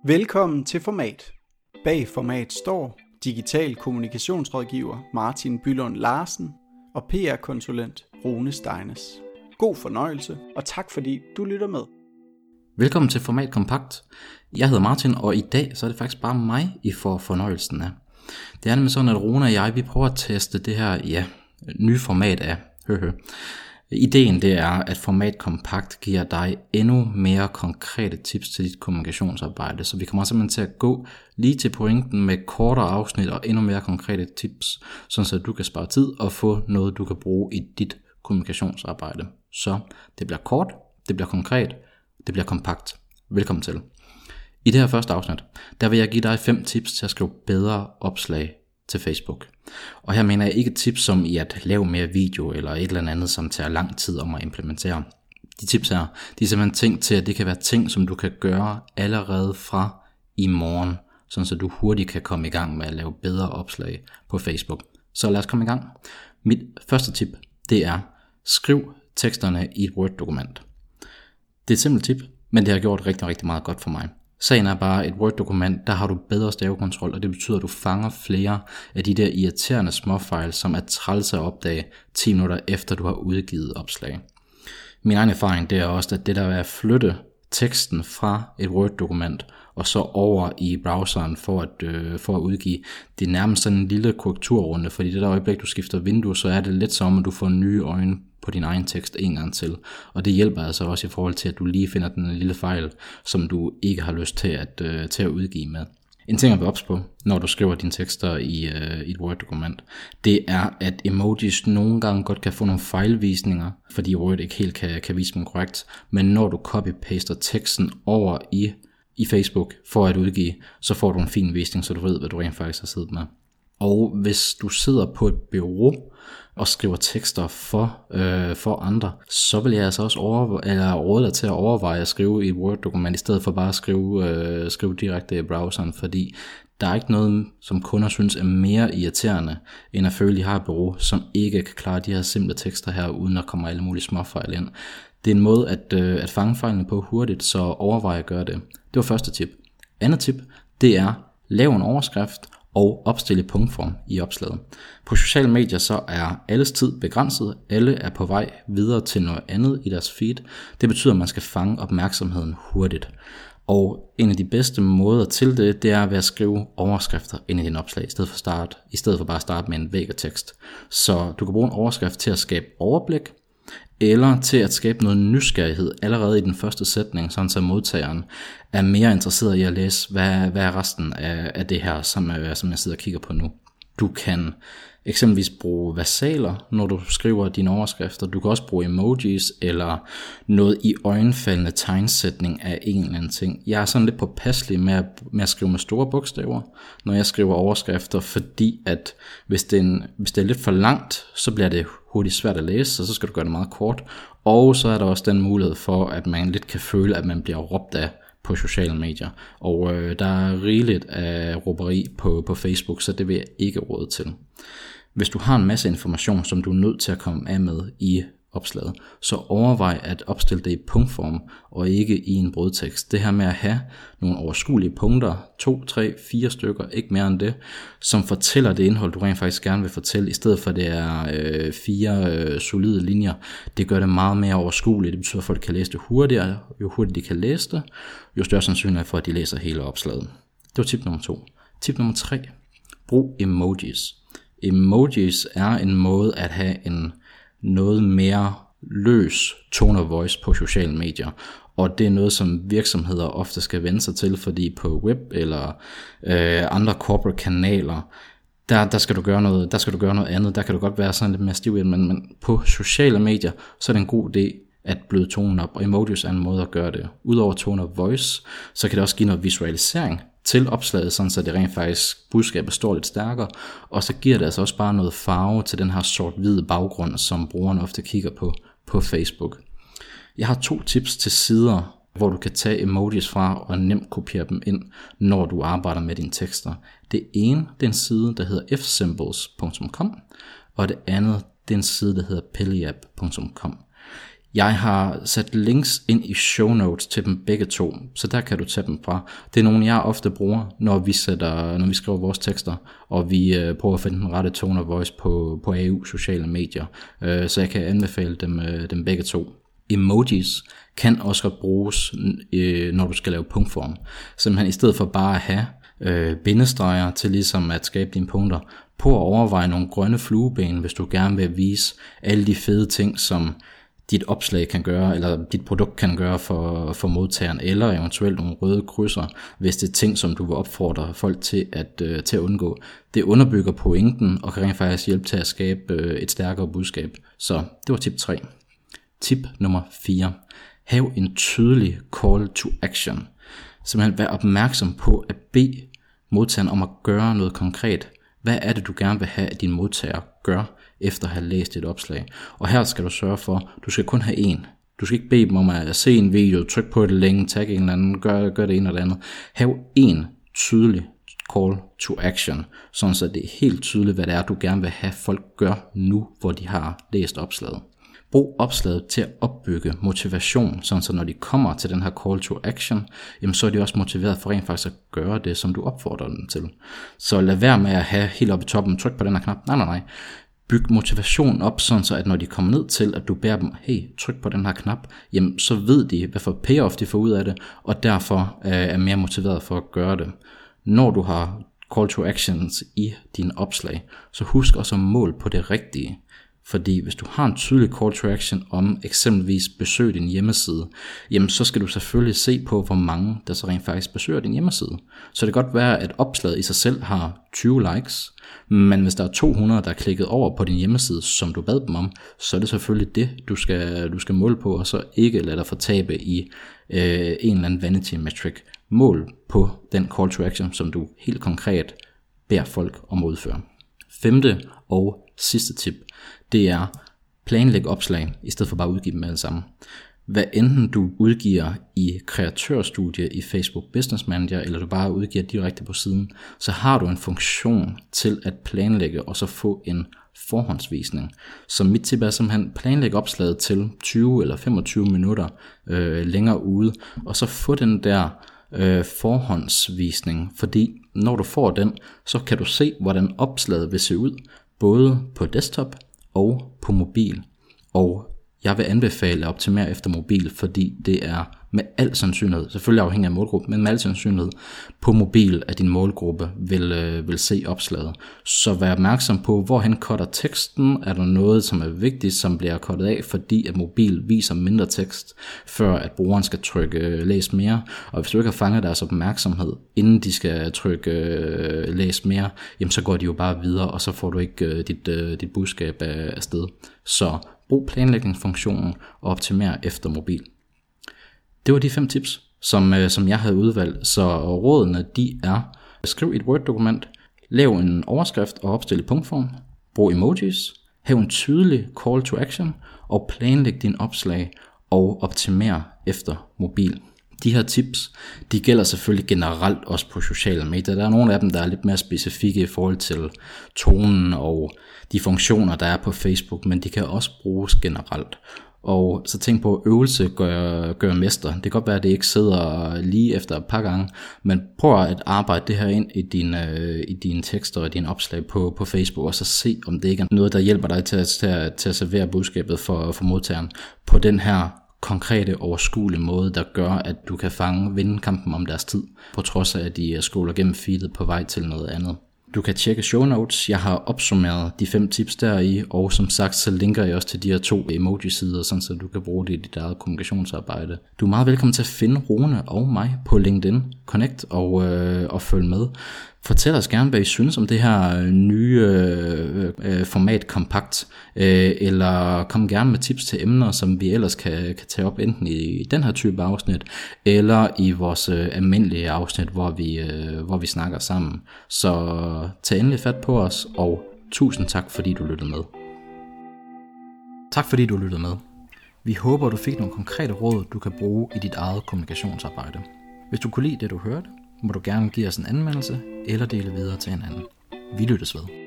Velkommen til Format. Bag Format står digital kommunikationsrådgiver Martin Bylund Larsen og PR-konsulent Rune Steines. God fornøjelse, og tak fordi du lytter med. Velkommen til Format Kompakt. Jeg hedder Martin, og i dag så er det faktisk bare mig, I får fornøjelsen af. Det er nemlig sådan, at Rune og jeg, vi prøver at teste det her nye format af. Ideen det er, at Format Kompakt giver dig endnu mere konkrete tips til dit kommunikationsarbejde, så vi kommer simpelthen til at gå lige til pointen med kortere afsnit og endnu mere konkrete tips, sådan så du kan spare tid og få noget, du kan bruge i dit kommunikationsarbejde. Så det bliver kort, det bliver konkret, det bliver kompakt. Velkommen til. I det her første afsnit, der vil jeg give dig 5 tips til at skrive bedre opslag til Facebook. Og her mener jeg ikke tips som i at lave mere video eller et eller andet, som tager lang tid om at implementere. De tips her, de er simpelthen ting til, at det kan være ting, som du kan gøre allerede fra i morgen, sådan så du hurtigt kan komme i gang med at lave bedre opslag på Facebook. Så lad os komme i gang. Mit første tip, det er, skriv teksterne i et Word-dokument. Det er et simpelt tip, men det har gjort rigtig, rigtig meget godt for mig. Sagen er bare, et Word-dokument, der har du bedre stavekontrol, og det betyder, at du fanger flere af de der irriterende småfejl, som er træls at opdage 10 minutter efter du har udgivet opslag. Min egen erfaring, det er også, at det der er at flytte teksten fra et Word-dokument og så over i browseren for at udgive, det er nærmest sådan en lille korrekturrunde, fordi det der øjeblik, du skifter vindue, så er det lidt som, at du får nye øjne på din egen tekst en gang til. Og det hjælper altså også i forhold til, at du lige finder den lille fejl, som du ikke har lyst til at udgive med. En ting at være ops på, når du skriver dine tekster i et Word-dokument, det er, at emojis nogle gange godt kan få nogle fejlvisninger, fordi Word ikke helt kan vise dem korrekt. Men når du copy-paster teksten over i Facebook for at udgive, så får du en fin visning, så du ved, hvad du rent faktisk har siddet med. Og hvis du sidder på et bureau og skriver tekster for andre, så vil jeg altså også råde dig til at overveje at skrive i et Word-dokument, i stedet for bare at skrive direkte i browseren, fordi der er ikke noget, som kunder synes er mere irriterende, end at føle, at de har et bureau, som ikke kan klare de her simple tekster her, uden at komme alle mulige småfejl ind. Det er en måde at fange fejlene på hurtigt, så overvej at gøre det. Det var første tip. Andet tip, det er, lav en overskrift og opstille punktform i opslaget. På sociale medier så er alles tid begrænset, alle er på vej videre til noget andet i deres feed. Det betyder, at man skal fange opmærksomheden hurtigt. Og en af de bedste måder til det er ved at skrive overskrifter ind i din opslag, i stedet for bare at starte med en væg af tekst. Så du kan bruge en overskrift til at skabe overblik, eller til at skabe noget nysgerrighed allerede i den første sætning, sådan så modtageren er mere interesseret i at læse, hvad er resten af det her, som jeg sidder og kigger på nu. Du kan eksempelvis bruge versaler, når du skriver dine overskrifter. Du kan også bruge emojis eller noget i øjenfaldende tegnsætning af en eller anden ting. Jeg er sådan lidt påpasselig med at skrive med store bogstaver, når jeg skriver overskrifter, fordi at hvis det er lidt for langt, så bliver det hurtigt svært at læse, og så skal du gøre det meget kort. Og så er der også den mulighed for, at man lidt kan føle, at man bliver råbt af på sociale medier. Og der er rigeligt af råberi på Facebook, så det vil jeg ikke råde til. Hvis du har en masse information, som du er nødt til at komme af med i opslaget, så overvej at opstille det i punktform og ikke i en brødtekst. Det her med at have nogle overskuelige punkter, 2, 3, 4 stykker, ikke mere end det, som fortæller det indhold, du rent faktisk gerne vil fortælle, i stedet for det er 4 solide linjer. Det gør det meget mere overskueligt. Det betyder, at folk kan læse det hurtigere. Jo hurtigt de kan læse det, jo større sandsynlighed for, at de læser hele opslaget. Det var tip nummer 2. Tip nummer 3. Brug emojis. Emojis er en måde at have en noget mere løs tone of voice på sociale medier. Og det er noget, som virksomheder ofte skal vende sig til, fordi på web eller andre corporate kanaler, der skal du gøre noget andet. Der kan du godt være sådan lidt mere stiv, men på sociale medier, så er det en god idé at bløde tonen op, og emojis er en måde at gøre det. Udover tone of voice, så kan det også give noget visualisering til opslaget, sådan så det rent faktisk budskabet står lidt stærkere, og så giver det altså også bare noget farve til den her sort-hvide baggrund, som brugerne ofte kigger på Facebook. Jeg har 2 tips til sider, hvor du kan tage emojis fra og nemt kopiere dem ind, når du arbejder med dine tekster. Det ene, det er en side, der hedder fsymbols.com, og det andet, det er en side, der hedder peliab.com. Jeg har sat links ind i show notes til dem begge to, så der kan du tage dem fra. Det er nogle, jeg ofte bruger, når vi skriver vores tekster, og vi prøver at finde den rette tone of voice på AU sociale medier. Så jeg kan anbefale dem begge to. Emojis kan også godt bruges, når du skal lave punktform. Simpelthen i stedet for bare at have bindestreger til ligesom at skabe dine punkter, på at overveje nogle grønne flueben, hvis du gerne vil vise alle de fede ting, som dit opslag kan gøre, eller dit produkt kan gøre for modtageren, eller eventuelt nogle røde krydser, hvis det er ting, som du vil opfordre folk til at undgå. Det underbygger pointen, og kan rent faktisk hjælpe til at skabe et stærkere budskab. Så det var tip 3. Tip nummer 4. Hav en tydelig call to action. Simpelthen vær opmærksom på at bede modtageren om at gøre noget konkret. Hvad er det, du gerne vil have, at din modtager gør, efter at have læst et opslag? Og her skal du sørge for, at du skal kun have en. Du skal ikke bede dem om at se en video, tryk på et link, tag en eller anden, gør det ene eller det andet. Hav en tydelig call to action, sådan så det er helt tydeligt, hvad det er, du gerne vil have, folk gør nu, hvor de har læst opslaget. Brug opslaget til at opbygge motivation, sådan så når de kommer til den her call to action, jamen så er de også motiveret for rent faktisk at gøre det, som du opfordrer dem til. Så lad være med at have helt oppe i toppen, tryk på den her knap. Nej. Byg motivationen op, sådan så at når de kommer ned til, at du beder dem, hey, tryk på den her knap, jamen så ved de, hvad for payoff de får ud af det, og derfor er mere motiveret for at gøre det. Når du har call to actions i dine opslag, så husk også at måle på det rigtige. Fordi hvis du har en tydelig call to action om eksempelvis besøg din hjemmeside, jamen så skal du selvfølgelig se på, hvor mange der så rent faktisk besøger din hjemmeside. Så det kan godt være, at opslaget i sig selv har 20 likes, men hvis der er 200, der er klikket over på din hjemmeside, som du bad dem om, så er det selvfølgelig det, du skal måle på, og så ikke lade dig fortabe i en eller anden vanity metric. Mål på den call to action, som du helt konkret beder folk om at udføre. 5. og sidste tip, det er planlæg opslag, i stedet for bare at udgive dem alle sammen. Hvad enten du udgiver i kreatørstudie i Facebook Business Manager, eller du bare udgiver direkte på siden, så har du en funktion til at planlægge og så få en forhåndsvisning. Så mit tip er simpelthen planlæg opslaget til 20 eller 25 minutter længere ude, og så få den der forhåndsvisning, fordi når du får den, så kan du se, hvordan opslaget vil se ud, både på desktop og på mobil. Og jeg vil anbefale at optimere efter mobil, fordi det er med al sandsynlighed, selvfølgelig afhængig af målgruppe, men med al sandsynlighed på mobil, at din målgruppe vil se opslaget. Så vær opmærksom på, hvorhen cutter teksten, er der noget, som er vigtigt, som bliver cuttet af, fordi at mobil viser mindre tekst, før at brugeren skal trykke læs mere. Og hvis du ikke har fanget deres opmærksomhed, inden de skal trykke læs mere, jamen så går de jo bare videre, og så får du ikke dit budskab af sted. Så brug planlægningsfunktionen og optimer efter mobil. Det var de 5 tips, som jeg havde udvalgt, så rådene de er: skriv et Word-dokument, lav en overskrift og opstil i punktform, brug emojis, hav en tydelig call to action og planlæg din opslag og optimer efter mobil. De her tips, de gælder selvfølgelig generelt også på sociale medier. Der er nogle af dem, der er lidt mere specifikke i forhold til tonen og de funktioner, der er på Facebook, men de kan også bruges generelt. Og så tænk på, at øvelse gør mester. Det kan godt være, at det ikke sidder lige efter et par gange, men prøv at arbejde det her ind i dine tekster og dine opslag på Facebook, og så se, om det ikke er noget, der hjælper dig til at servere budskabet for modtageren på den her konkrete, overskuelige måde, der gør, at du kan vinde kampen om deres tid, på trods af, at de scroller gennem feedet på vej til noget andet. Du kan tjekke show notes. Jeg har opsummeret de 5 tips deri, og som sagt, så linker jeg også til de her 2 emoji-sider, sådan så du kan bruge det i dit eget kommunikationsarbejde. Du er meget velkommen til at finde Rune og mig på LinkedIn. Connect og følg med. Fortæl os gerne, hvad I synes om det her nye format kompakt, eller kom gerne med tips til emner, som vi ellers kan tage op enten i den her type afsnit, eller i vores almindelige afsnit, hvor vi snakker sammen. Så tag endelig fat på os, og tusind tak, fordi du lyttede med. Tak fordi du lyttede med. Vi håber, du fik nogle konkrete råd, du kan bruge i dit eget kommunikationsarbejde. Hvis du kunne lide det, du hørte, må du gerne give os en anmeldelse eller dele videre til en anden. Vi lyttes ved.